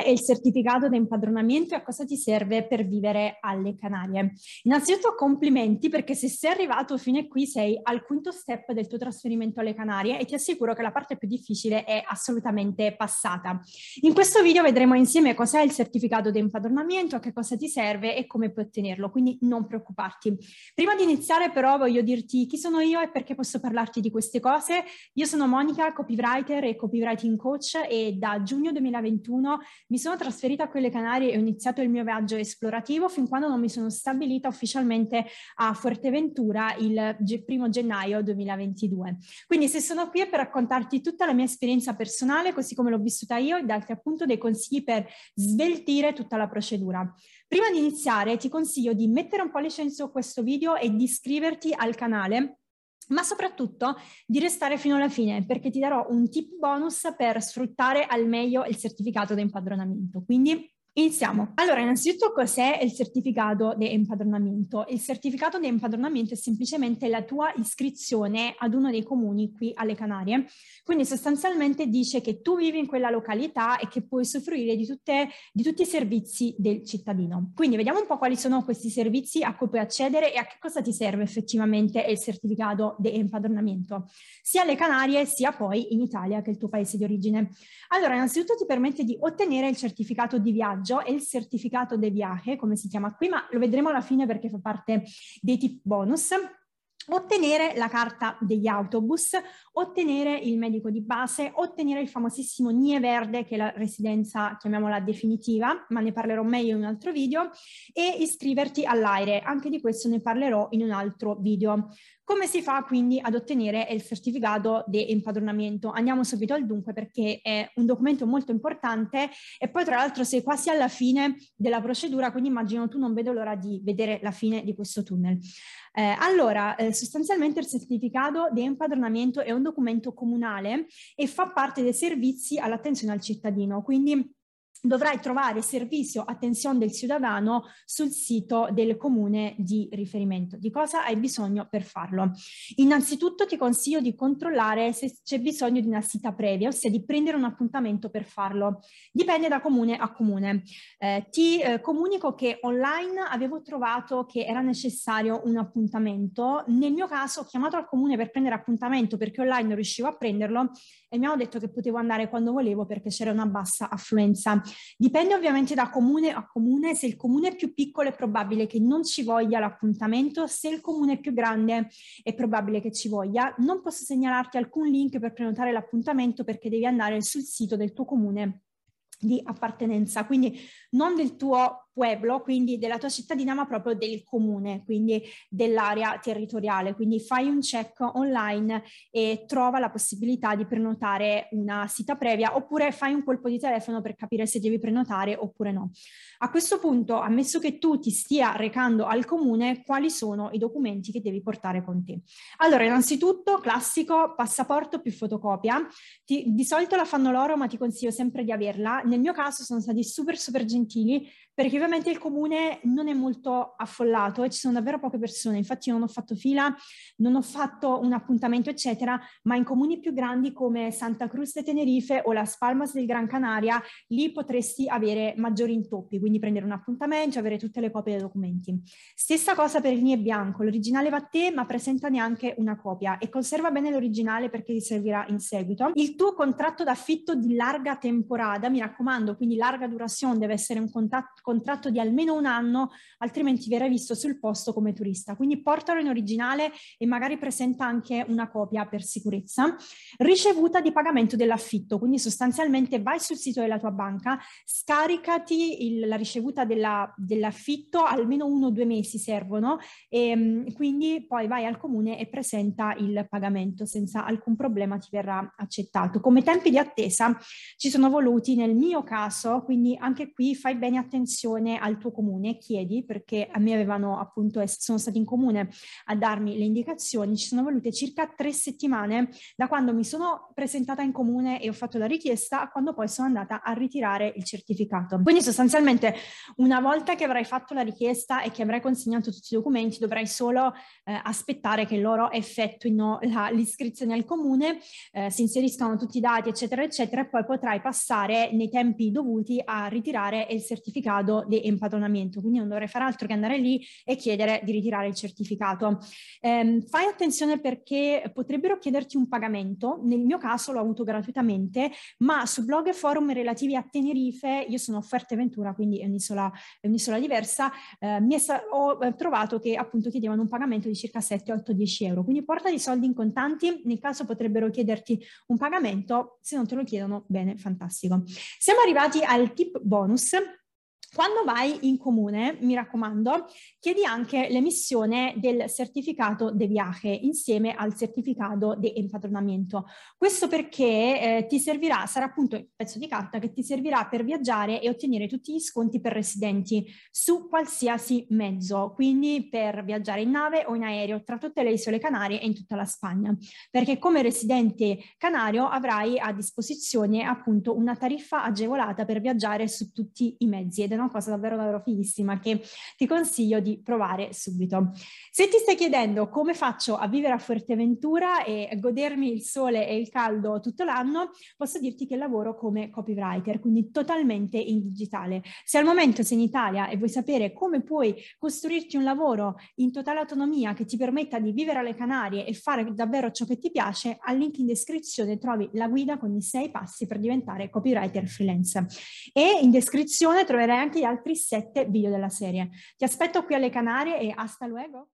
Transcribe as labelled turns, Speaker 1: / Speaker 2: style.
Speaker 1: il certificato di impadronamento e a cosa ti serve per vivere alle Canarie? Innanzitutto complimenti, perché se sei arrivato fino a qui sei al quinto step del tuo trasferimento alle Canarie e ti assicuro che la parte più difficile è assolutamente passata. In questo video vedremo insieme cos'è il certificato di impadronamento, a che cosa ti serve e come puoi ottenerlo, quindi non preoccuparti. Prima di iniziare però voglio dirti chi sono io e perché posso parlarti di queste cose. Io sono Monica, copywriter e copywriting coach, e da giugno 2021 mi sono trasferita a quelle Canarie e ho iniziato il mio viaggio esplorativo fin quando non mi sono stabilita ufficialmente a Fuerteventura il 1° gennaio 2022. Quindi se sono qui è per raccontarti tutta la mia esperienza personale, così come l'ho vissuta io, e darti appunto dei consigli per sveltire tutta la procedura. Prima di iniziare ti consiglio di mettere un pollice in su a questo video e di iscriverti al canale, ma soprattutto di restare fino alla fine, perché ti darò un tip bonus per sfruttare al meglio il certificato di impadronamento. Quindi iniziamo. Allora, innanzitutto cos'è il certificato di impadronamento? Il certificato di impadronamento è semplicemente la tua iscrizione ad uno dei comuni qui alle Canarie, quindi sostanzialmente dice che tu vivi in quella località e che puoi usufruire di tutti i servizi del cittadino. Quindi vediamo un po' quali sono questi servizi a cui puoi accedere e a che cosa ti serve effettivamente il certificato di impadronamento, sia alle Canarie sia poi in Italia, che è il tuo paese di origine. Allora, innanzitutto ti permette di ottenere il certificato di viaggio e il certificato de viaje, come si chiama qui, ma lo vedremo alla fine perché fa parte dei tip bonus. Ottenere la carta degli autobus, ottenere il medico di base, ottenere il famosissimo NIE verde, che è la residenza, chiamiamola definitiva, ma ne parlerò meglio in un altro video, e iscriverti all'AIRE. Anche di questo ne parlerò in un altro video. Come si fa quindi ad ottenere il certificato di impadronamento? Andiamo subito al dunque, perché è un documento molto importante e poi tra l'altro sei quasi alla fine della procedura, quindi immagino tu non vedo l'ora di vedere la fine di questo tunnel. Sostanzialmente il certificato di impadronamento è un documento comunale e fa parte dei servizi all'attenzione al cittadino, quindi dovrai trovare servizio attenzione del cittadino sul sito del comune di riferimento. Di cosa hai bisogno per farlo? Innanzitutto ti consiglio di controllare se c'è bisogno di una cita previa, ossia di prendere un appuntamento per farlo. Dipende da comune a comune. Ti comunico che online avevo trovato che era necessario un appuntamento. Nel mio caso ho chiamato al comune per prendere appuntamento perché online non riuscivo a prenderlo e mi hanno detto che potevo andare quando volevo perché c'era una bassa affluenza. Dipende ovviamente da comune a comune. Se il comune è più piccolo è probabile che non ci voglia l'appuntamento, se il comune è più grande è probabile che ci voglia. Non posso segnalarti alcun link per prenotare l'appuntamento perché devi andare sul sito del tuo comune di appartenenza, quindi non del tuo pueblo, quindi della tua cittadina, ma proprio del comune, quindi dell'area territoriale. Quindi fai un check online e trova la possibilità di prenotare una cita previa, oppure fai un colpo di telefono per capire se devi prenotare oppure no. A questo punto, ammesso che tu ti stia recando al comune, quali sono i documenti che devi portare con te? Allora, innanzitutto, classico, passaporto più fotocopia. Di solito la fanno loro, ma ti consiglio sempre di averla. Nel mio caso sono stati super gentili, perché ovviamente il comune non è molto affollato e ci sono davvero poche persone. Infatti io non ho fatto fila, non ho fatto un appuntamento eccetera, ma in comuni più grandi come Santa Cruz de Tenerife o Las Palmas del Gran Canaria, lì potresti avere maggiori intoppi, quindi prendere un appuntamento e avere tutte le copie dei documenti. Stessa cosa per il NIE bianco, l'originale va a te ma presenta neanche una copia e conserva bene l'originale perché ti servirà in seguito. Il tuo contratto d'affitto di larga temporada, mi raccomando, quindi larga durazione, deve essere un contratto di almeno un anno, altrimenti verrai visto sul posto come turista. Quindi portalo in originale e magari presenta anche una copia per sicurezza. Ricevuta di pagamento dell'affitto, quindi sostanzialmente vai sul sito della tua banca, scaricati la ricevuta dell'affitto, almeno 1 o 2 mesi servono, e quindi poi vai al comune e presenta il pagamento, senza alcun problema ti verrà accettato. Come tempi di attesa ci sono voluti nel mio caso, quindi anche qui fai bene attenzione indicazione al tuo comune, chiedi, perché a me avevano appunto, sono stati in comune a darmi le indicazioni, ci sono volute circa 3 settimane da quando mi sono presentata in comune e ho fatto la richiesta a quando poi sono andata a ritirare il certificato. Quindi sostanzialmente una volta che avrai fatto la richiesta e che avrai consegnato tutti i documenti, dovrai solo aspettare che loro effettuino l'iscrizione al comune, si inseriscano tutti i dati, eccetera, eccetera, e poi potrai passare nei tempi dovuti a ritirare il certificato di impadronamento. Quindi non dovrai fare altro che andare lì e chiedere di ritirare il certificato. Fai attenzione perché potrebbero chiederti un pagamento, nel mio caso l'ho avuto gratuitamente, ma su blog e forum relativi a Tenerife, io sono a Fuerteventura, quindi è un'isola diversa, ho trovato che appunto chiedevano un pagamento di circa 7, 8, 10 euro. Quindi portati i soldi in contanti, nel caso potrebbero chiederti un pagamento, se non te lo chiedono, bene, fantastico. Siamo arrivati al tip bonus. Quando vai in comune, mi raccomando, chiedi anche l'emissione del certificato de viaje insieme al certificato di impadronamento. Questo perché ti servirà, sarà appunto il pezzo di carta che ti servirà per viaggiare e ottenere tutti gli sconti per residenti su qualsiasi mezzo, quindi per viaggiare in nave o in aereo tra tutte le isole Canarie e in tutta la Spagna, perché come residente canario avrai a disposizione appunto una tariffa agevolata per viaggiare su tutti i mezzi ed è una cosa davvero davvero fighissima che ti consiglio di provare subito. Se ti stai chiedendo come faccio a vivere a Fuerteventura e godermi il sole e il caldo tutto l'anno, posso dirti che lavoro come copywriter, quindi totalmente in digitale. Se al momento sei in Italia e vuoi sapere come puoi costruirti un lavoro in totale autonomia che ti permetta di vivere alle Canarie e fare davvero ciò che ti piace, al link in descrizione trovi la guida con i 6 passi per diventare copywriter freelance. E in descrizione troverai anche gli altri 7 video della serie. Ti aspetto qui alle Canarie e hasta luego!